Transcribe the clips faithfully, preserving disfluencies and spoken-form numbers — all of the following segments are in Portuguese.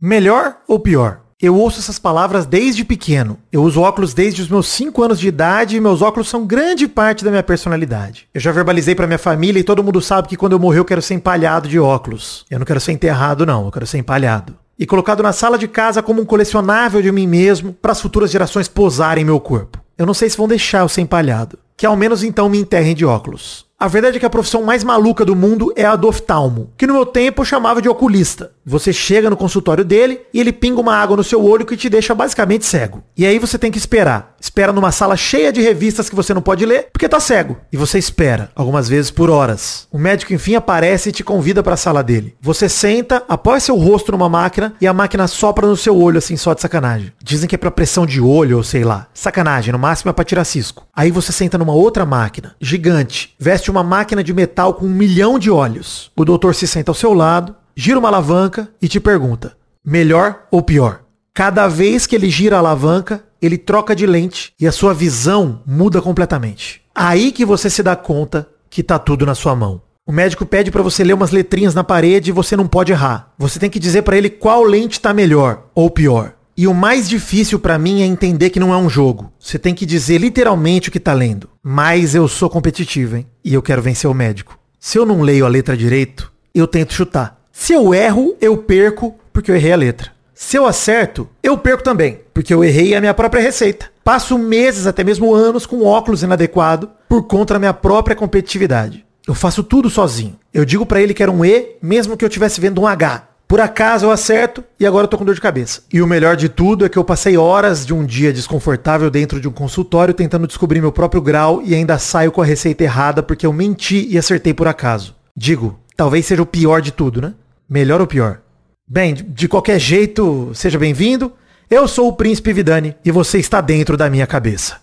Melhor ou pior? Eu ouço essas palavras desde pequeno. Eu uso óculos desde os meus cinco anos de idade e meus óculos são grande parte da minha personalidade. Eu já verbalizei pra minha família e todo mundo sabe que quando eu morrer eu quero ser empalhado de óculos. Eu não quero ser enterrado não, eu quero ser empalhado. E colocado na sala de casa como um colecionável de mim mesmo para as futuras gerações posarem meu corpo. Eu não sei se vão deixar eu ser empalhado. Que ao menos então me enterrem de óculos. A verdade é que a profissão mais maluca do mundo é a do oftalmo, que no meu tempo eu chamava de oculista. Você chega no consultório dele e ele pinga uma água no seu olho que te deixa basicamente cego. E aí você tem que esperar. Espera numa sala cheia de revistas que você não pode ler, porque tá cego. E você espera, algumas vezes por horas. O médico enfim aparece e te convida para a sala dele. Você senta, apoia seu rosto numa máquina e a máquina sopra no seu olho assim só de sacanagem. Dizem que é pra pressão de olho ou sei lá. Sacanagem, no máximo é pra tirar cisco. Aí você senta numa outra máquina, gigante, veste uma máquina de metal com um milhão de olhos. O doutor se senta ao seu lado, gira uma alavanca e te pergunta, melhor ou pior? Cada vez que ele gira a alavanca, ele troca de lente e a sua visão muda completamente. Aí que você se dá conta que tá tudo na sua mão. O médico pede pra você ler umas letrinhas na parede e você não pode errar. Você tem que dizer pra ele qual lente tá melhor ou pior. E o mais difícil pra mim é entender que não é um jogo. Você tem que dizer literalmente o que tá lendo. Mas eu sou competitivo, hein? E eu quero vencer o médico. Se eu não leio a letra direito, eu tento chutar. Se eu erro, eu perco porque eu errei a letra. Se eu acerto, eu perco também, porque eu errei a minha própria receita. Passo meses, até mesmo anos, com óculos inadequado por conta da minha própria competitividade. Eu faço tudo sozinho. Eu digo pra ele que era um E, mesmo que eu estivesse vendo um H. Por acaso eu acerto e agora eu tô com dor de cabeça. E o melhor de tudo é que eu passei horas de um dia desconfortável dentro de um consultório tentando descobrir meu próprio grau e ainda saio com a receita errada porque eu menti e acertei por acaso. Digo, talvez seja o pior de tudo, né? Melhor ou pior? Bem, de qualquer jeito, seja bem-vindo. Eu sou o Príncipe Vidani e você está dentro da minha cabeça.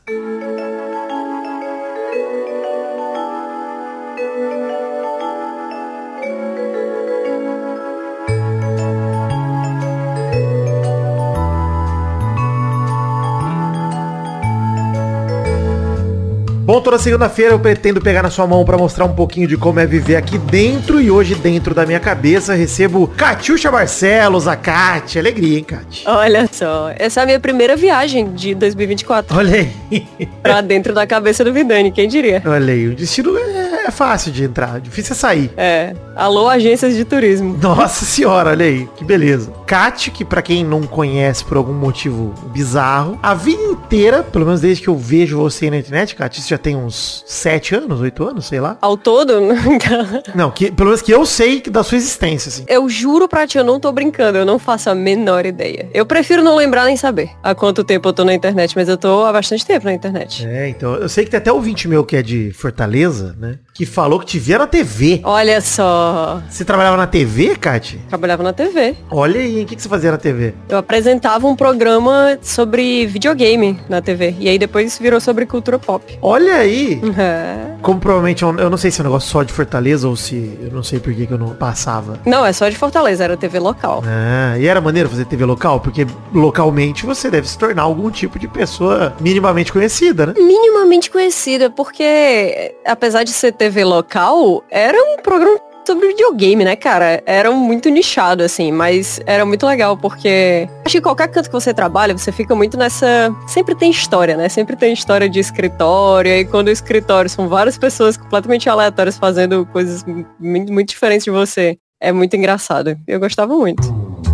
Bom, toda segunda-feira eu pretendo pegar na sua mão pra mostrar um pouquinho de como é viver aqui dentro. E hoje, dentro da minha cabeça, recebo Catiuxa Barcelos, a Cati. Alegria, hein, Cati? Olha só, essa é a minha primeira viagem de dois mil e vinte e quatro. Olha aí. Pra dentro da cabeça do Vidani, quem diria? Olha aí, o destino é fácil de entrar, difícil é sair. É, alô agências de turismo. Nossa senhora, olha aí, que beleza. Cati, que pra quem não conhece por algum motivo bizarro, a vida inteira, pelo menos desde que eu vejo você na internet, Cati, isso já tem uns sete anos, oito anos, sei lá. Ao todo? Não, que, pelo menos que eu sei da sua existência, assim. Eu juro pra ti, eu não tô brincando, eu não faço a menor ideia. Eu prefiro não lembrar nem saber há quanto tempo eu tô na internet, mas eu tô há bastante tempo na internet. É, então, eu sei que tem até ouvinte meu que é de Fortaleza, né, que falou que te via na T V. Olha só. Você trabalhava na T V, Cati? Trabalhava na T V. Olha aí, o que, que você fazia na T V? Eu apresentava um programa sobre videogame na T V, e aí depois virou sobre cultura pop. Olha aí! É. Como provavelmente, eu não sei se é um negócio só de Fortaleza ou se, eu não sei por que que eu não passava. Não, é só de Fortaleza, era T V local. Ah, e era maneiro fazer T V local? Porque localmente você deve se tornar algum tipo de pessoa minimamente conhecida, né? Minimamente conhecida, porque apesar de ser T V local, era um programa sobre videogame, né, cara? Era muito nichado, assim, mas era muito legal, porque acho que qualquer canto que você trabalha, você fica muito nessa... Sempre tem história, né? Sempre tem história de escritório, e quando o escritório são várias pessoas completamente aleatórias fazendo coisas muito, muito diferentes de você, é muito engraçado. Eu gostava muito.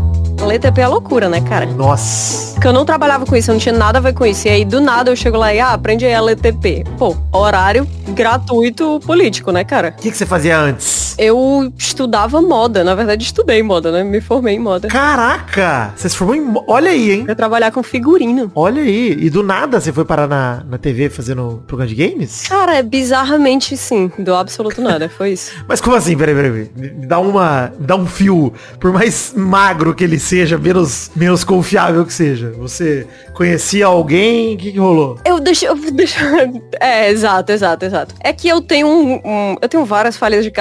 L T P é loucura, né, cara? Nossa. Porque eu não trabalhava com isso, eu não tinha nada a ver com isso. E aí, do nada, eu chego lá e, ah, aprende aí L T P. Pô, horário gratuito político, né, cara? O que, que você fazia antes? Eu estudava moda. Na verdade, estudei moda, né? Me formei em moda. Caraca! Você se formou em... mo- Olha aí, hein? Eu trabalhar com figurino. Olha aí. E do nada você foi parar na, na T V fazendo programa de games? Cara, é bizarramente sim. Do absoluto nada, foi isso. Mas como assim? Peraí, peraí, peraí. Me me dá uma... Me dá um fio. Por mais magro que ele seja, menos, menos confiável que seja. Você conhecia alguém? O que, que rolou? Eu deixo, eu deixo... É, exato, exato, exato. É que eu tenho um, um... Eu tenho várias falhas de caráter, né?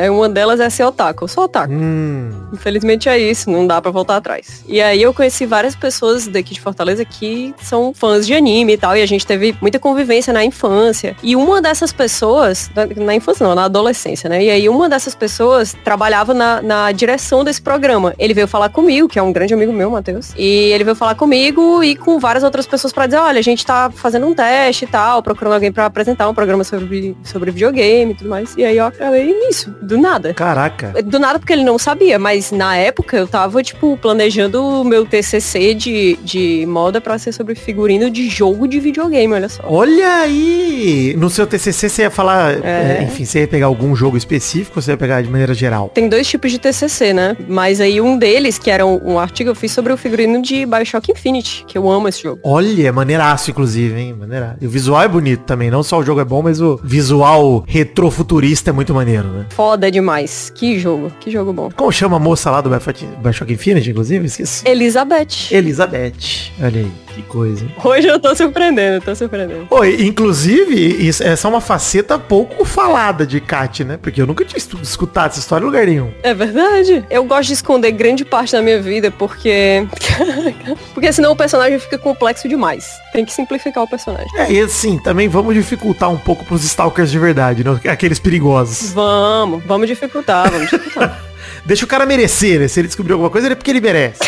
né? Uma delas é ser otaku. Eu sou otaku. Hum. Infelizmente é isso, não dá pra voltar atrás. E aí eu conheci várias pessoas daqui de Fortaleza que são fãs de anime e tal, e a gente teve muita convivência na infância. E uma dessas pessoas, na infância não, na adolescência, né? E aí uma dessas pessoas trabalhava na, na direção desse programa. Ele veio falar comigo, que é um grande amigo meu, Matheus. E ele veio falar comigo e com várias outras pessoas pra dizer, olha, a gente tá fazendo um teste e tal, procurando alguém pra apresentar um programa sobre, sobre videogame e tudo mais. E aí eu acabei nisso, do nada. Caraca. Do nada porque ele não sabia, mas na época eu tava, tipo, planejando o meu T C C de, de moda pra ser sobre figurino de jogo de videogame, olha só. Olha aí! No seu T C C você ia falar, é. É, enfim, você ia pegar algum jogo específico ou você ia pegar de maneira geral? Tem dois tipos de T C C, né? Mas aí um deles, que era um, um artigo, eu fiz sobre o figurino de BioShock Infinite, que eu amo esse jogo. Olha, é maneiraço, inclusive, hein? Maneiraço. E o visual é bonito também, não só o jogo é bom, mas o visual retrofuturista é muito maneiro, né? Foda demais. Que jogo, que jogo bom. Como chama a moça lá do BioShock Infinite, inclusive? Esqueci. Elizabeth. Elizabeth. Olha aí, que coisa. Hoje eu tô surpreendendo, tô surpreendendo. Oi, inclusive, isso, essa é uma faceta pouco falada de Kat, né? Porque eu nunca tinha escutado essa história em lugar nenhum. É verdade. Eu gosto de esconder grande parte da minha vida porque... porque senão o personagem fica complexo demais. Tem que simplificar o personagem. É, e assim, também vamos dificultar um pouco pros stalkers de verdade, não? Aqueles perigosos. Vamos, vamos dificultar, vamos dificultar. Deixa o cara merecer, né? Se ele descobriu alguma coisa, é porque ele merece.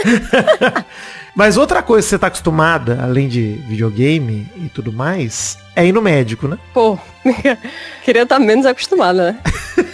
Mas outra coisa que você tá acostumada, além de videogame e tudo mais, é ir no médico, né? Pô, queria estar menos acostumada, né?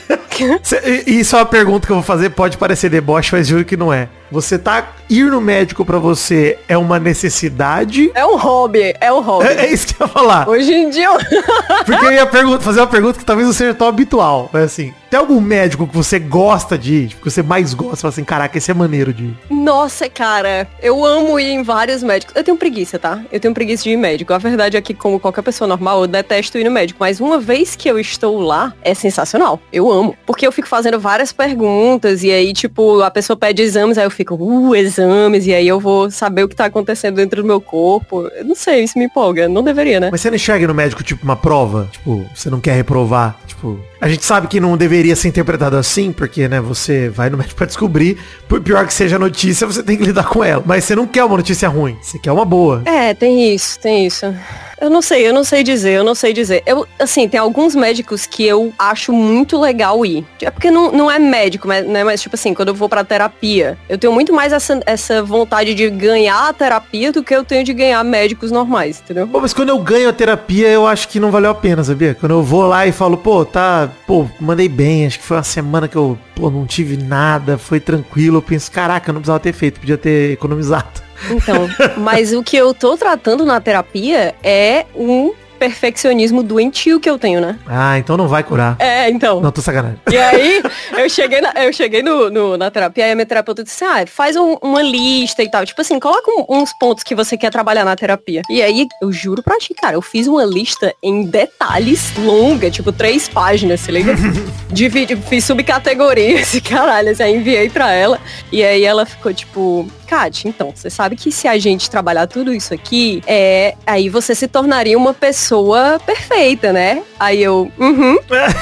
Isso é uma pergunta que eu vou fazer, pode parecer deboche, mas juro que não é. Você tá... Ir no médico pra você é uma necessidade? É um hobby, é um hobby. É, é isso que eu ia falar. Hoje em dia... Eu... Porque eu ia pergunta, fazer uma pergunta que talvez não seja tão habitual. Mas assim, tem algum médico que você gosta de ir? Tipo, que você mais gosta? Fala assim, caraca, esse é maneiro de ir. Nossa, cara, eu amo ir em vários médicos. Eu tenho preguiça, tá? Eu tenho preguiça de ir em médico. A verdade é que, como qualquer pessoa normal, eu detesto ir no médico. Mas uma vez que eu estou lá, é sensacional. Eu amo. Porque eu fico fazendo várias perguntas e aí, tipo, a pessoa pede exames, aí eu fico, uh, exames, e aí eu vou saber o que tá acontecendo dentro do meu corpo. Eu não sei, isso me empolga. Não deveria, né? Mas você não enxerga no médico, tipo, uma prova? Tipo, você não quer reprovar? Tipo, a gente sabe que não deveria ser interpretado assim, porque, né, você vai no médico pra descobrir, por pior que seja a notícia, você tem que lidar com ela. Mas você não quer uma notícia ruim, você quer uma boa. É, tem isso, tem isso. Eu não sei, eu não sei dizer, eu não sei dizer. Eu, assim, tem alguns médicos que eu acho muito legal ir. É porque não, não é médico, né? Mas, tipo assim, quando eu vou pra terapia, eu tenho muito mais essa, essa vontade de ganhar a terapia do que eu tenho de ganhar médicos normais, entendeu? Pô, mas quando eu ganho a terapia, eu acho que não valeu a pena, sabia? Quando eu vou lá e falo, pô, tá, pô, mandei bem, acho que foi uma semana que eu, pô, não tive nada, foi tranquilo, eu penso, caraca, eu não precisava ter feito, podia ter economizado. Então, mas o que eu tô tratando na terapia é um perfeccionismo doentio que eu tenho, né? Ah, então não vai curar. É, então. Não, tô sacanagem. E aí, eu cheguei na, eu cheguei no, no, na terapia e a minha terapeuta disse, ah, faz um, uma lista e tal. Tipo assim, coloca um, uns pontos que você quer trabalhar na terapia. E aí, eu juro pra ti, cara, eu fiz uma lista em detalhes longa, tipo, três páginas, se liga? Dividi, fiz subcategorias e caralho, assim, aí enviei pra ela. E aí ela ficou, tipo... Kat, então, você sabe que se a gente trabalhar tudo isso aqui, é, aí você se tornaria uma pessoa perfeita, né? Aí eu, uhum.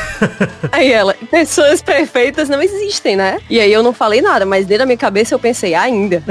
Aí ela, pessoas perfeitas não existem, né? E aí eu não falei nada, mas dentro da minha cabeça eu pensei, ainda.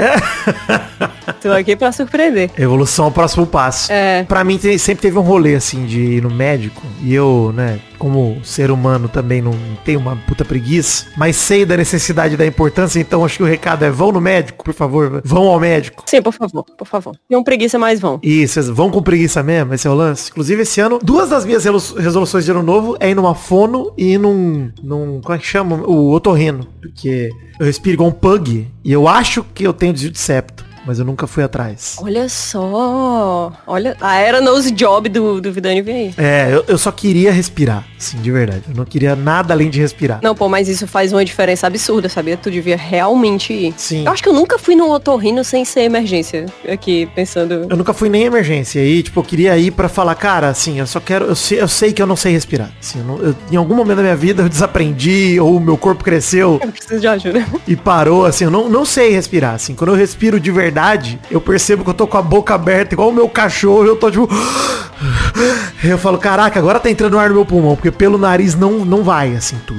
Tô aqui pra surpreender. Evolução ao próximo passo. É. Pra mim tem, sempre teve um rolê, assim, de ir no médico. E eu, né, como ser humano também não tenho uma puta preguiça, mas sei da necessidade e da importância, então acho que o recado é, vão no médico, por favor. Vão ao médico. Sim, por favor, por favor. Tenham preguiça, mas vão. Isso, vão com preguiça mesmo, esse é o lance. Inclusive, esse ano, duas das minhas resoluções de ano novo é ir numa fono e ir num, num, como é que chama? O otorrino. Porque eu respiro igual um pug e eu acho que eu tenho desvio de septo. Mas eu nunca fui atrás. Olha só. Olha, a era nose job do, do Vidani vem aí. É, eu, eu só queria respirar. Sim, de verdade. Eu não queria nada além de respirar. Não, pô, mas isso faz uma diferença absurda, sabia? Tu devia realmente ir. Sim. Eu acho que eu nunca fui num otorrino sem ser emergência. Aqui, pensando... Eu nunca fui nem em emergência. E aí, tipo, eu queria ir pra falar, cara, assim, eu só quero... Eu sei, eu sei que eu não sei respirar. Assim, eu não, eu, em algum momento da minha vida eu desaprendi, ou o meu corpo cresceu. Eu preciso de ajuda. E parou, assim, eu não, não sei respirar. Assim, quando eu respiro de verdade, eu percebo que eu tô com a boca aberta, igual o meu cachorro, eu tô tipo... Eu falo, caraca, agora tá entrando ar no meu pulmão, porque pelo nariz não, não vai, assim, tudo. Não,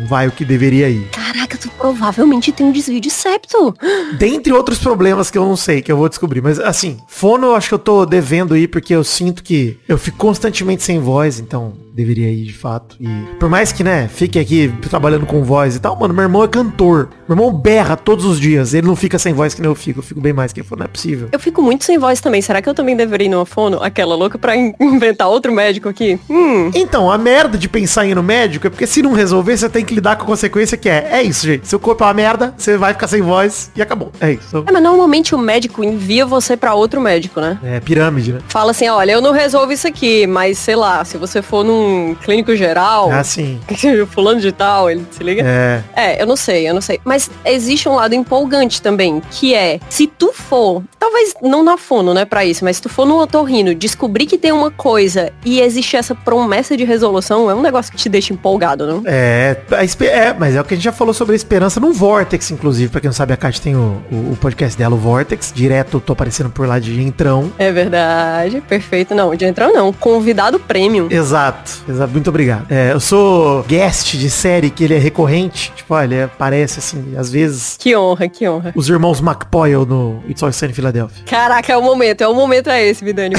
vai o que deveria ir. Caraca, tu provavelmente tem um desvio de septo. Dentre outros problemas que eu não sei, que eu vou descobrir. Mas assim, fono eu acho que eu tô devendo ir porque eu sinto que eu fico constantemente sem voz, então deveria ir de fato. E por mais que, né, fique aqui trabalhando com voz e tal, mano, meu irmão é cantor. Meu irmão berra todos os dias. Ele não fica sem voz que nem eu fico. Eu fico bem mais que ele falou, não é possível. Eu fico muito sem voz também. Será que eu também deveria ir numa fono? Aquela louca pra inventar outro médico aqui? Hum. Então, a merda de pensar em ir no médico é porque se não resolver, você tem que lidar com a consequência que é. É isso, gente. Seu corpo é uma merda, você vai ficar sem voz e acabou. É isso. É, mas normalmente o médico envia você pra outro médico, né? É, pirâmide, né? Fala assim, olha, eu não resolvo isso aqui, mas sei lá, se você for num clínico geral... Ah, sim. Fulano de tal, ele se liga? É. É, eu não sei, eu não sei. Mas existe um lado empolgante também, que é, se tu for, talvez não na fono, né, pra isso, mas se tu for no otorrino, descobrir que tem uma coisa e existe essa promessa de resolução, é um negócio que te deixa empolgado, não? É, a espe- é, mas é o que a gente já falou sobre a esperança no Vortex, inclusive. Pra quem não sabe, a Kátia tem o, o, o podcast dela, o Vortex. Direto, tô aparecendo por lá de entrão. É verdade, perfeito. Não, de entrão não, convidado premium. Exato, exato, muito obrigado. É, eu sou guest de série que ele é recorrente. Tipo, olha, ele aparece assim, às vezes... Que honra, que honra. Os irmãos McPoyle no It's Always Sunny em Filadélfia. Caraca, é o momento, é o momento é esse, Vidani.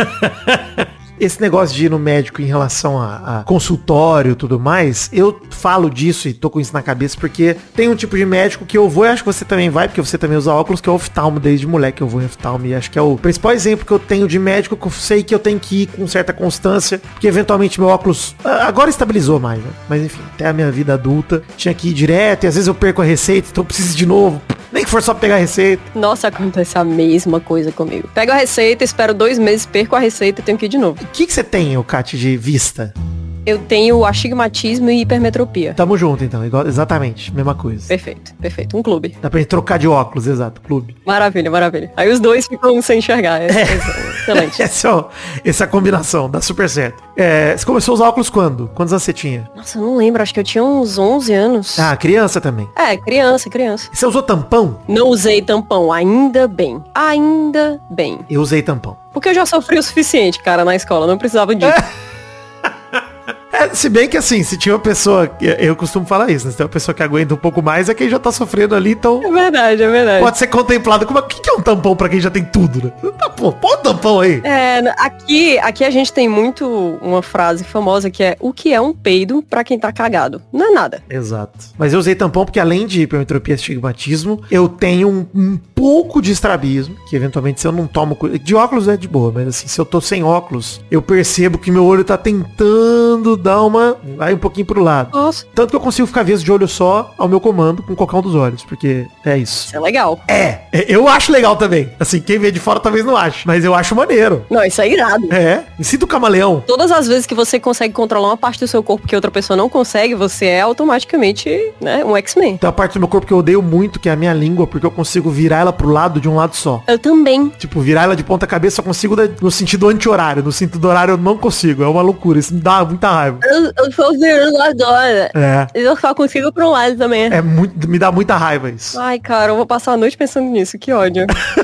Pô. Esse negócio de ir no médico em relação a, a consultório e tudo mais, eu falo disso e tô com isso na cabeça porque tem um tipo de médico que eu vou, e acho que você também vai, porque você também usa óculos, que é o oftalmo. Desde moleque eu vou em oftalmo e acho que é o principal exemplo que eu tenho de médico que eu sei que eu tenho que ir com certa constância, porque eventualmente meu óculos agora estabilizou mais, né? Mas enfim, até a minha vida adulta tinha que ir direto e às vezes eu perco a receita, então eu preciso de novo. Nem que for só pegar a receita. Nossa, acontece a mesma coisa comigo. Pego a receita, espero dois meses, perco a receita e tenho que ir de novo. O que que você tem, o Kat, de vista? Eu tenho astigmatismo e hipermetropia. Tamo junto, então. Igual, exatamente. Mesma coisa. Perfeito, perfeito. Um clube. Dá pra gente trocar de óculos, exato. Clube. Maravilha, maravilha. Aí os dois ficam sem enxergar. É, é. Excelente. Essa, ó, essa é a combinação. Dá super certo. É, você começou a usar óculos quando? Quantos anos você tinha? Nossa, eu não lembro. Acho que eu tinha uns onze anos. Ah, criança também. É, criança, criança. E você usou tampão? Não usei tampão. Ainda bem. Ainda bem. Eu usei tampão. Porque eu já sofri o suficiente, cara, na escola. Não precisava disso. É, se bem que assim, se tinha uma pessoa, eu costumo falar isso, né? Se tem uma pessoa que aguenta um pouco mais, é quem já tá sofrendo ali, então... É verdade, é verdade. Pode ser contemplado como... O que que é um tampão pra quem já tem tudo, né? Tá, pô, põe um tampão aí. É, aqui, aqui a gente tem muito uma frase famosa que é: o que é um peido pra quem tá cagado? Não é nada. Exato. Mas eu usei tampão porque além de hipermetropia e astigmatismo, eu tenho um, um pouco de estrabismo, que eventualmente se eu não tomo... De óculos é de boa, mas assim, se eu tô sem óculos, eu percebo que meu olho tá tentando dar uma... vai um pouquinho pro lado. Nossa. Tanto que eu consigo ficar vezes de olho só ao meu comando com qualquer um dos olhos, porque é isso. Isso é legal. É, eu acho legal também. Assim, quem vê de fora talvez não ache, mas eu acho maneiro. Não, isso é irado. É, me sinto camaleão. Todas as vezes que você consegue controlar uma parte do seu corpo que outra pessoa não consegue, você é automaticamente, né, um X-Men. Tem uma parte do meu corpo que eu odeio muito, que é a minha língua, porque eu consigo virar ela pro lado de um lado só. Eu também. Tipo, virar ela de ponta cabeça só consigo no sentido anti-horário. No sentido horário eu não consigo. É uma loucura. Isso me dá muita raiva. Eu, eu sou virando agora. É. Eu só consigo pro lado também. É muito, me dá muita raiva isso. Ai, cara, eu vou passar a noite pensando nisso. Que ódio.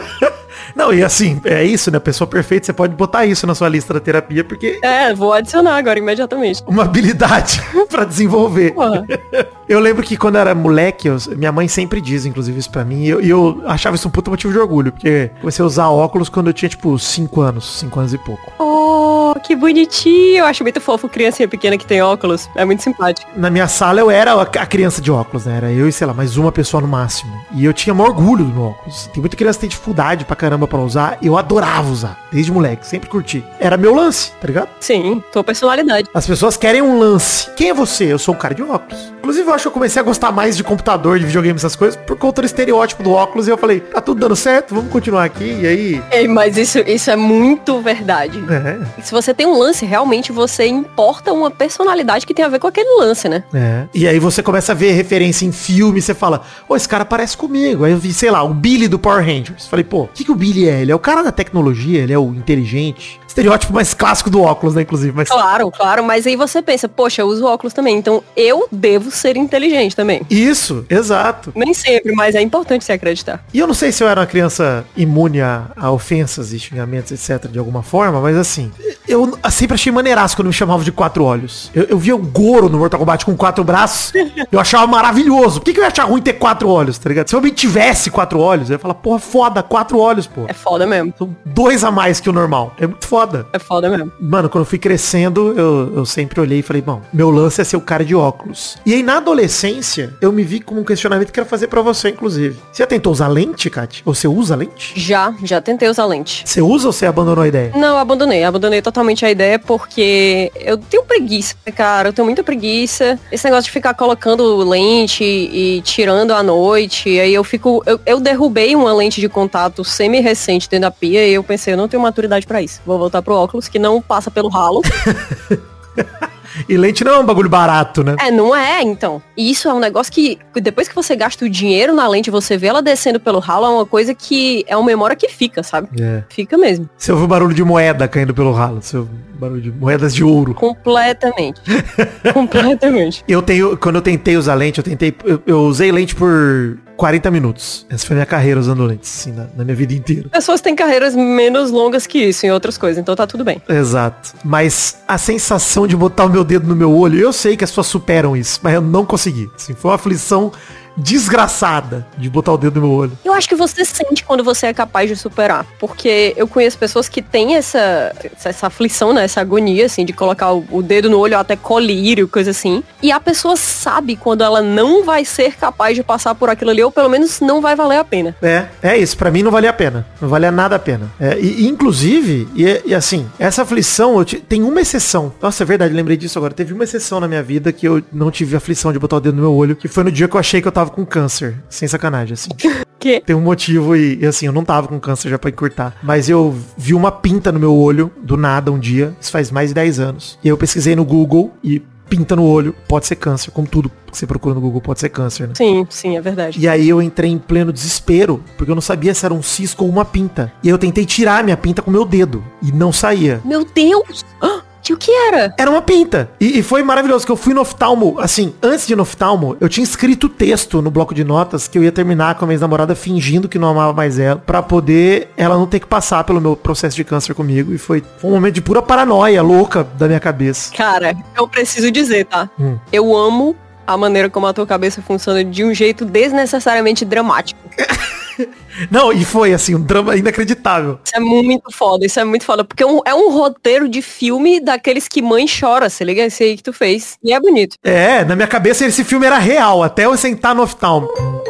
Não, e assim, é isso, né? Pessoa perfeita, você pode botar isso na sua lista da terapia, porque... É, vou adicionar agora, imediatamente. Uma habilidade pra desenvolver. Porra. Eu lembro que quando eu era moleque, eu, minha mãe sempre diz, inclusive, isso pra mim, e eu, e eu achava isso um puta motivo de orgulho, porque comecei a usar óculos quando eu tinha, tipo, cinco anos, cinco anos e pouco. Oh, que bonitinho. Eu acho muito fofo criancinha pequena que tem óculos. É muito simpático. Na minha sala eu era a criança de óculos, né? Era eu e, sei lá, mais uma pessoa no máximo. E eu tinha maior orgulho do meu óculos. Tem muita criança que tem dificuldade pra caramba pra usar. Eu adorava usar, desde moleque, sempre curti. Era meu lance, tá ligado? Sim, tua personalidade. As pessoas querem um lance. Quem é você? Eu sou um cara de óculos. Inclusive, eu acho que eu comecei a gostar mais de computador, de videogame, essas coisas, por conta do estereótipo do óculos. E eu falei, tá tudo dando certo, vamos continuar aqui. E aí... Ei, mas isso, isso é muito verdade. É. Se você tem um lance, realmente você importa uma personalidade que tem a ver com aquele lance, né? É. E aí você começa a ver referência em filme, você fala, ô, esse cara parece comigo. Aí eu vi, sei lá, o Billy do Power Rangers. Falei, pô, o que, que o Billy é? Ele é o cara da tecnologia, ele é o inteligente. Estereótipo mais clássico do óculos, né, inclusive. Mas... Claro, claro, mas aí você pensa, poxa, eu uso óculos também, então eu devo ser inteligente também. Isso, exato. Nem sempre, mas é importante se acreditar. E eu não sei se eu era uma criança imune a, a ofensas e xingamentos, etcétera, de alguma forma, mas assim, eu sempre achei maneiraço quando me chamavam de quatro olhos. Eu, eu via o Goro no Mortal Kombat com quatro braços, eu achava maravilhoso. Por que, que eu ia achar ruim ter quatro olhos, tá ligado? Se eu me tivesse quatro olhos, eu ia falar, porra, foda, quatro olhos, pô. É foda mesmo. São dois a mais que o normal. É muito foda. É foda mesmo. Mano, quando eu fui crescendo, eu, eu sempre olhei e falei, bom, meu lance é ser o cara de óculos. E aí, na adolescência, eu me vi como um questionamento que eu quero fazer pra você, inclusive. Você já tentou usar lente, Kátia? Ou você usa lente? Já, já tentei usar lente. Você usa ou você abandonou a ideia? Não, eu abandonei. Abandonei totalmente a ideia porque eu tenho preguiça, cara. Eu tenho muita preguiça. Esse negócio de ficar colocando lente e tirando à noite. Aí eu fico... Eu, eu derrubei uma lente de contato semi-recente dentro da pia e eu pensei, eu não tenho maturidade pra isso. Vou voltar pro óculos que não passa pelo ralo. E lente não é um bagulho barato, né? É, não é, então. E isso é um negócio que, depois que você gasta o dinheiro na lente, você vê ela descendo pelo ralo, é uma coisa que é uma memória que fica, sabe? É. Fica mesmo. Você ouve o barulho de moeda caindo pelo ralo, você ouve o barulho de moedas de ouro. Completamente. Completamente. Eu tenho, quando eu tentei usar lente, eu tentei, eu, eu usei lente por quarenta minutos. Essa foi a minha carreira usando lentes, assim, na, na minha vida inteira. Pessoas têm carreiras menos longas que isso em outras coisas, então tá tudo bem. Exato. Mas a sensação de botar o meu dedo no meu olho, eu sei que as pessoas superam isso, mas eu não consegui. Assim, foi uma aflição desgraçada de botar o dedo no meu olho. Eu acho que você sente quando você é capaz de superar, porque eu conheço pessoas que têm essa, essa aflição, né, essa agonia, assim, de colocar o, o dedo no olho, até colírio, coisa assim, e a pessoa sabe quando ela não vai ser capaz de passar por aquilo ali, ou pelo menos não vai valer a pena. É, é isso, pra mim não valia a pena, não valia nada a pena. É, e, e inclusive, e, e assim, essa aflição, eu te, tem uma exceção, nossa, é verdade, lembrei disso agora, teve uma exceção na minha vida que eu não tive aflição de botar o dedo no meu olho, que foi no dia que eu achei que eu tava com câncer, sem sacanagem, assim. Que? Tem um motivo e, e, assim, eu não tava com câncer já pra encurtar, mas eu vi uma pinta no meu olho, do nada, um dia, isso faz mais de dez anos, e eu pesquisei no Google e pinta no olho, pode ser câncer, como tudo que você procura no Google pode ser câncer, né? Sim, sim, é verdade. E aí eu entrei em pleno desespero, porque eu não sabia se era um cisco ou uma pinta. E aí eu tentei tirar a minha pinta com o meu dedo, e não saía. Meu Deus! Ah! E o que era? Era uma pinta. E, e foi maravilhoso, que eu fui no oftalmo, assim, antes de ir no oftalmo, eu tinha escrito texto no bloco de notas que eu ia terminar com a minha ex-namorada fingindo que não amava mais ela, pra poder ela não ter que passar pelo meu processo de câncer comigo. E foi, foi um momento de pura paranoia louca da minha cabeça. Cara, eu preciso dizer, tá? Hum. Eu amo a maneira como a tua cabeça funciona de um jeito desnecessariamente dramático. Não, e foi assim, um drama inacreditável. Isso é muito foda, isso é muito foda. Porque é um, é um roteiro de filme daqueles que mãe chora, se liga? Esse aí que tu fez. E é bonito. É, na minha cabeça esse filme era real, até eu sentar no oftalmo.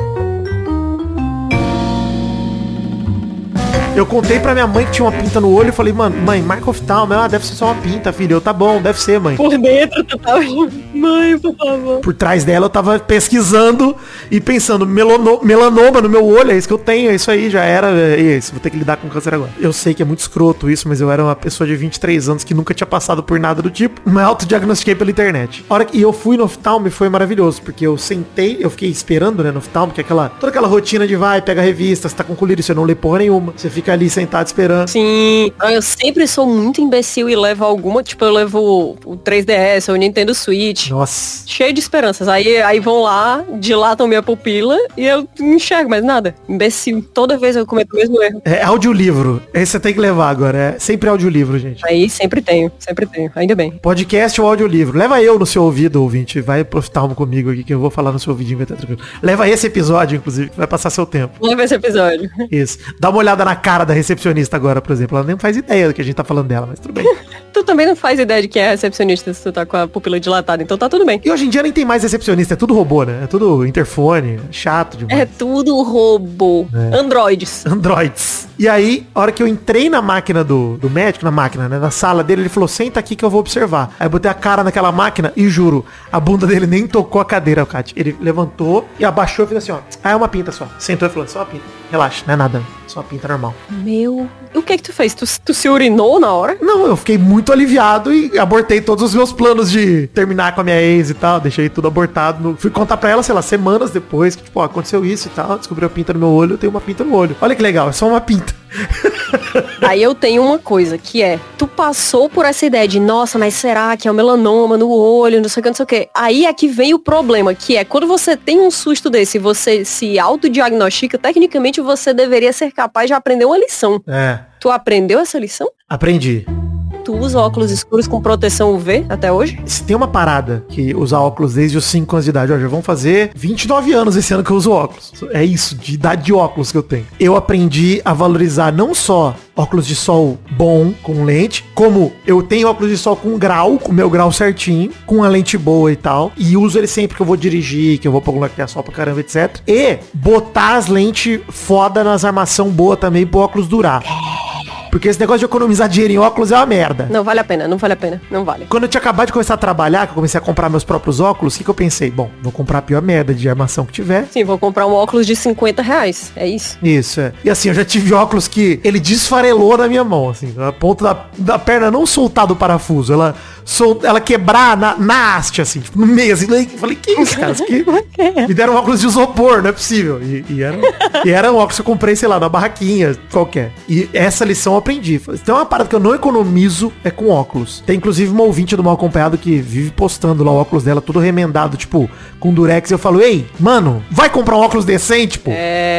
Eu contei pra minha mãe que tinha uma pinta no olho e falei, mano, mãe, marca oftalmo. Ela, ah, deve ser só uma pinta, filho. Eu, tá bom, deve ser, mãe. Por dentro, tu tava... Mãe, por favor. Por trás dela eu tava pesquisando e pensando, melano, melanoma no meu olho, é isso que eu tenho, é isso aí, já era, é isso, vou ter que lidar com câncer agora. Eu sei que é muito escroto isso, mas eu era uma pessoa de vinte e três anos que nunca tinha passado por nada do tipo. Me autodiagnostiquei pela internet. A hora que eu fui no oftalmo foi maravilhoso, porque eu sentei, eu fiquei esperando, né, no oftalmo, que é aquela, toda aquela rotina de vai, pega a revista, você tá com colírio, você não lê porra nenhuma, você fica ali sentado esperando. Sim, eu sempre sou muito imbecil e levo alguma, tipo, eu levo o três D S, o Nintendo Switch. Nossa. Cheio de esperanças. Aí, aí vão lá, dilatam minha pupila e eu não enxergo mais nada. Imbecil. Toda vez eu cometo o mesmo erro. É audiolivro. Esse você tem que levar agora. É sempre audiolivro, gente. Aí sempre tenho, sempre tenho. Ainda bem. Podcast ou audiolivro. Leva eu no seu ouvido, ouvinte. Vai pro oftalmo comigo aqui que eu vou falar no seu ouvidinho. Vai estar tranquilo. Leva esse episódio, inclusive, que vai passar seu tempo. Leva esse episódio. Isso. Dá uma olhada na cara da recepcionista agora, por exemplo. Ela nem faz ideia do que a gente tá falando dela, mas tudo bem. Tu também não faz ideia de quem é recepcionista se tu tá com a pupila dilatada, então tá tudo bem. E hoje em dia nem tem mais recepcionista, é tudo robô, né? É tudo interfone, chato demais. É tudo robô. É. Androids. Androids. E aí, a hora que eu entrei na máquina do, do médico, na máquina, né? Na sala dele, ele falou, senta aqui que eu vou observar. Aí eu botei a cara naquela máquina e juro, a bunda dele nem tocou a cadeira, Kátia. Ele levantou e abaixou e fez assim, ó. Ah, é uma pinta só. Sentou e falou, só uma pinta. Relaxa, não é nada. Só uma pinta normal. Meu... O que é que tu fez? Tu, tu se urinou na hora? Não, eu fiquei muito aliviado e abortei todos os meus planos de terminar com a minha ex e tal. Deixei tudo abortado. No... Fui contar pra ela, sei lá, semanas depois, que tipo, ó, aconteceu isso e tal. Descobri a pinta no meu olho, eu tenho uma pinta no olho. Olha que legal, é só uma pinta. Aí eu tenho uma coisa, que é, tu passou por essa ideia de, nossa, mas será que é o melanoma no olho, não sei o que, não sei o que. Aí é que vem o problema, que é, quando você tem um susto desse e você se autodiagnostica, tecnicamente você deveria ser capaz de aprender uma lição. É. Tu aprendeu essa lição? Aprendi. Tu usa óculos escuros com proteção U V até hoje? Se tem uma parada que usar óculos desde os cinco anos de idade, ó, já vão fazer vinte e nove anos esse ano que eu uso óculos. É isso, de idade de óculos que eu tenho. Eu aprendi a valorizar não só óculos de sol bom, com lente, como eu tenho óculos de sol com grau, com meu grau certinho, com a lente boa e tal, e uso ele sempre que eu vou dirigir, que eu vou pra algum lugar que tem sol pra caramba, etcétera. E botar as lentes foda nas armação boa também pro óculos durar. Porque esse negócio de economizar dinheiro em óculos é uma merda. Não vale a pena, não vale a pena, não vale. Quando eu tinha acabado de começar a trabalhar, que eu comecei a comprar meus próprios óculos, o que, que eu pensei? Bom, vou comprar a pior merda de armação que tiver. Sim, vou comprar um óculos de cinquenta reais, é isso? Isso, é. E assim, eu já tive óculos que ele desfarelou na minha mão, assim, a ponto da, da perna não soltar do parafuso, ela, sol, ela quebrar na, na haste, assim, tipo, no meio, assim. Eu falei, que isso, cara? Isso aqui me deram um óculos de isopor, não é possível. E, e, era, e era um óculos que eu comprei, sei lá, na barraquinha, qualquer. E essa lição eu aprendi. Então uma parada que eu não economizo é com óculos. Tem inclusive uma ouvinte do Mal Acompanhado que vive postando lá o óculos dela todo remendado, tipo, com durex. Eu falo, ei, mano, vai comprar um óculos decente, pô.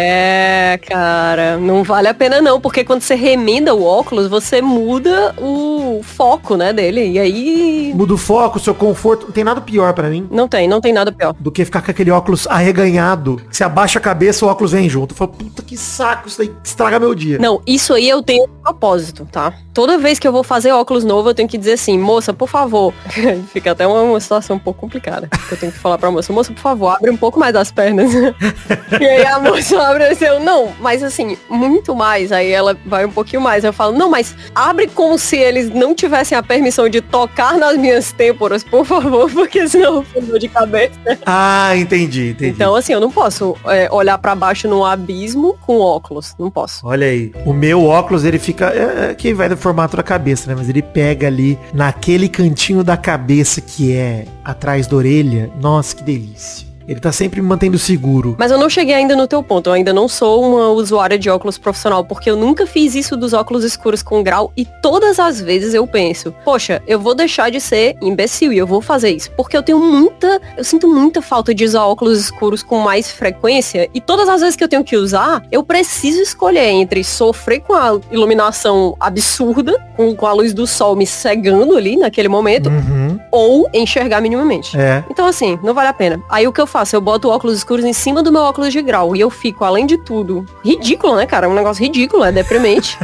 É, cara, não vale a pena não, porque quando você remenda o óculos, você muda o foco, né, dele. E aí... Muda o foco, o seu conforto. Não tem nada pior pra mim. Não tem, não tem nada pior. Do que ficar com aquele óculos arreganhado. Que você abaixa a cabeça, o óculos vem junto. Eu falo, puta que saco, isso aí estraga meu dia. Não, isso aí eu tenho um propósito, tá? Toda vez que eu vou fazer óculos novo, eu tenho que dizer assim, moça, por favor. Fica até uma, uma situação um pouco complicada. Eu tenho que falar pra moça, moça, por favor, abre um pouco mais as pernas. E aí a moça abre assim, eu, não, mas assim, muito mais. Aí ela vai um pouquinho mais. Eu falo, não, mas abre como se eles não tivessem a permissão de tocar nas minhas têmporas, por favor, porque senão eu fico dor de cabeça. Ah, entendi, entendi. Então, assim, eu não posso é, olhar pra baixo num abismo com óculos. Não posso. Olha aí, o meu óculos, ele fica... É, que vai do formato da cabeça, né? Mas ele pega ali naquele cantinho da cabeça que é atrás da orelha. Nossa, que delícia. Ele tá sempre me mantendo seguro. Mas eu não cheguei ainda no teu ponto. Eu ainda não sou uma usuária de óculos profissional, porque eu nunca fiz isso dos óculos escuros com grau e todas as vezes eu penso, poxa, eu vou deixar de ser imbecil e eu vou fazer isso. Porque eu tenho muita, eu sinto muita falta de usar óculos escuros com mais frequência e todas as vezes que eu tenho que usar, eu preciso escolher entre sofrer com a iluminação absurda, com, com a luz do sol me cegando ali naquele momento, uhum. ou enxergar minimamente. É. Então assim, não vale a pena. Aí o que eu faço? Eu boto óculos escuros em cima do meu óculos de grau e eu fico, além de tudo, ridículo, né, cara? É um negócio ridículo, é deprimente.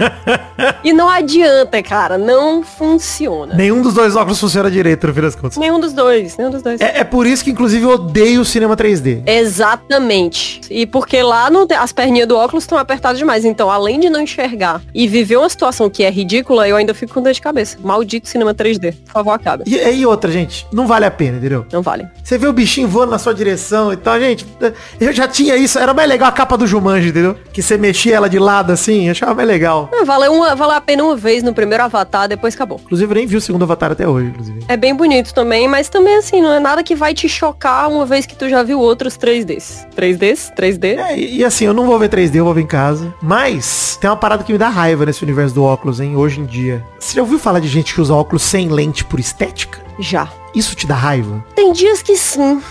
E não adianta, cara, não funciona. Nenhum dos dois óculos funciona direito, no fim das contas. Nenhum dos dois, nenhum dos dois. É, é por isso que, inclusive, eu odeio o cinema três D. Exatamente. E porque lá não tem, as perninhas do óculos estão apertadas demais. Então, além de não enxergar e viver uma situação que é ridícula, eu ainda fico com dor de cabeça. Maldito cinema três D. Por favor, acabe. E, e outra, gente, não vale a pena, entendeu? Não vale. Você vê o bichinho voando na sua direção e tal, gente, eu já tinha isso, era mais legal a capa do Jumanji, entendeu? Que você mexia ela de lado assim, eu achava mais legal. Não, valeu, uma, valeu a pena uma vez no primeiro Avatar, depois acabou. Inclusive eu nem vi o segundo Avatar até hoje, inclusive. É bem bonito também, mas também assim, não é nada que vai te chocar uma vez que tu já viu outros três Ds. três Ds? três D? É, e, e assim, eu não vou ver três D, eu vou ver em casa. Mas tem uma parada que me dá raiva nesse universo do óculos, hein, hoje em dia. Você já ouviu falar de gente que usa óculos sem lente por estética? Já. Isso te dá raiva? Tem dias que sim.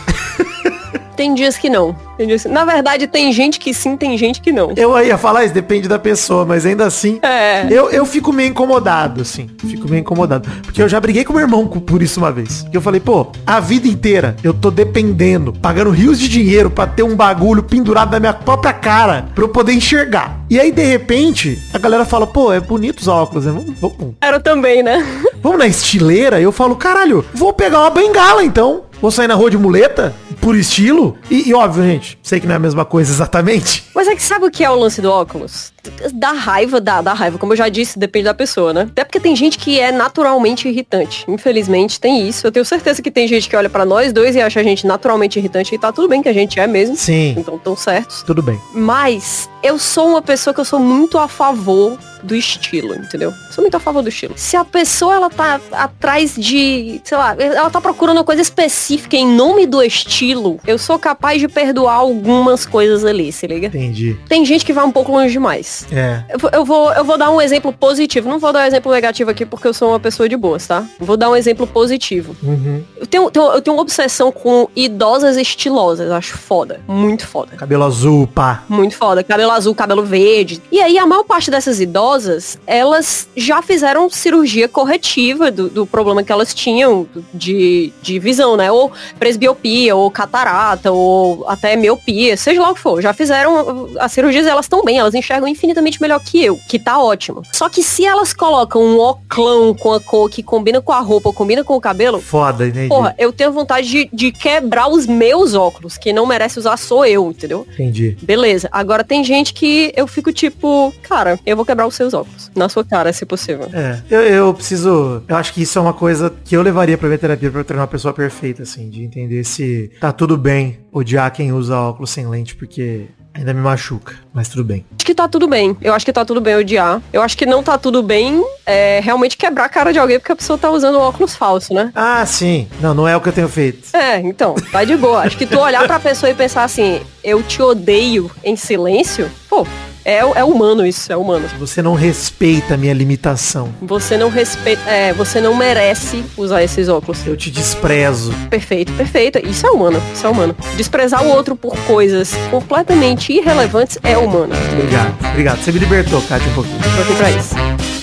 Tem dias que não. Tem dias que... Na verdade, tem gente que sim, tem gente que não. Eu ia falar isso, depende da pessoa, mas ainda assim, é. eu, eu fico meio incomodado, assim. Fico meio incomodado. Porque eu já briguei com meu irmão por isso uma vez. Eu falei, pô, a vida inteira eu tô dependendo, pagando rios de dinheiro pra ter um bagulho pendurado na minha própria cara, pra eu poder enxergar. E aí, de repente, a galera fala, pô, é bonito os óculos, né? Vamos, vamos. Era também, né? Vamos na estileira? Eu falo, caralho, vou pegar uma bengala, então. Vou sair na rua de muleta, por estilo. E, e óbvio, gente, sei que não é a mesma coisa exatamente. Mas é que sabe o que é o lance do óculos? Dá raiva, dá, dá raiva. Como eu já disse, depende da pessoa, né? Até porque tem gente que é naturalmente irritante. Infelizmente, tem isso. Eu tenho certeza que tem gente que olha pra nós dois e acha a gente naturalmente irritante. E tá tudo bem que a gente é mesmo. Sim. Então, tão certos. Tudo bem. Mas eu sou uma pessoa que eu sou muito a favor do estilo, entendeu? Sou muito a favor do estilo. Se a pessoa, ela tá atrás de, sei lá, ela tá procurando uma coisa específica em nome do estilo, eu sou capaz de perdoar algumas coisas ali, se liga? Entendi. Tem gente que vai um pouco longe demais. É. Eu, vou- eu vou, eu vou dar um exemplo positivo. Não vou dar um exemplo negativo aqui porque eu sou uma pessoa de boas, tá? Vou dar um exemplo positivo. Uhum. Eu tenho, tenho- eu tenho uma obsessão com idosas estilosas. Eu acho foda. Muito foda. Cabelo azul, pá. Muito foda. Cabelo azul, cabelo verde. E aí, a maior parte dessas idosas idosas, elas já fizeram cirurgia corretiva do, do problema que elas tinham de, de visão, né? Ou presbiopia, ou catarata, ou até miopia, seja lá o que for. Já fizeram as cirurgias, elas estão bem, elas enxergam infinitamente melhor que eu, que tá ótimo. Só que se elas colocam um oclão com a cor que combina com a roupa, ou combina com o cabelo... Foda, entendi. Porra, eu tenho vontade de, de quebrar os meus óculos. Quem não merece usar sou eu, entendeu? Entendi. Beleza. Agora tem gente que eu fico tipo, cara, eu vou quebrar os seus óculos. Na sua cara, se possível. É, eu, eu preciso... Eu acho que isso é uma coisa que eu levaria pra minha terapia pra eu treinar uma pessoa perfeita, assim, de entender se tá tudo bem odiar quem usa óculos sem lente, porque... ainda me machuca, mas tudo bem. Acho que tá tudo bem. Eu acho que tá tudo bem odiar. Eu acho que não tá tudo bem é, realmente quebrar a cara de alguém porque a pessoa tá usando um óculos falso, né? Ah, sim. Não, não é o que eu tenho feito. É, então, tá de boa. Acho que tu olhar pra pessoa e pensar assim, eu te odeio em silêncio, pô, é, é humano isso, é humano. Você não respeita a minha limitação. Você não respeita, é, você não merece usar esses óculos. Eu te desprezo. Perfeito, perfeito. Isso é humano, isso é humano. Desprezar o outro por coisas completamente irrelevantes é humano. Obrigado, obrigado. Você me libertou, Kátia, um pouquinho. Tô aqui pra isso.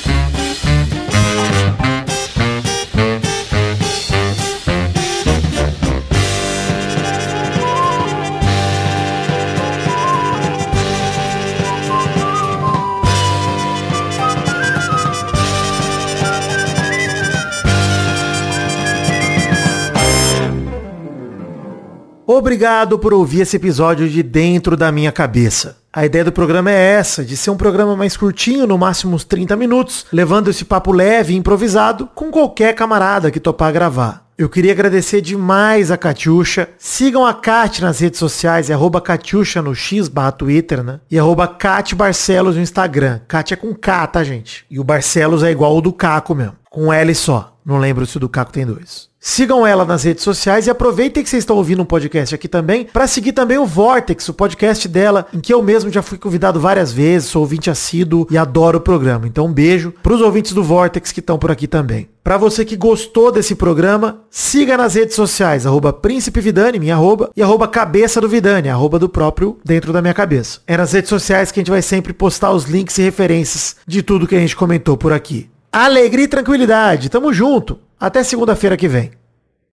Obrigado por ouvir esse episódio de Dentro da Minha Cabeça. A ideia do programa é essa, de ser um programa mais curtinho, no máximo uns trinta minutos, levando esse papo leve e improvisado com qualquer camarada que topar gravar. Eu queria agradecer demais a Catiuxa. Sigam a Cati nas redes sociais, é arroba Catiuxa no X barra Twitter, né? E arroba Cati Barcelos no Instagram. Cati é com K, tá, gente? E o Barcelos é igual o do Caco mesmo, com L só. Não lembro se o do Caco tem dois. Sigam ela nas redes sociais e aproveitem que vocês estão ouvindo um podcast aqui também para seguir também o Vortex, o podcast dela, em que eu mesmo já fui convidado várias vezes, sou ouvinte assíduo e adoro o programa. Então um beijo pros ouvintes do Vortex que estão por aqui também. Para você que gostou desse programa, siga nas redes sociais, arroba Príncipe Vidani, minha arroba, e arroba Cabeça do Vidani, arroba do próprio Dentro da Minha Cabeça. É nas redes sociais que a gente vai sempre postar os links e referências de tudo que a gente comentou por aqui. Alegria e tranquilidade, tamo junto. Até segunda-feira que vem.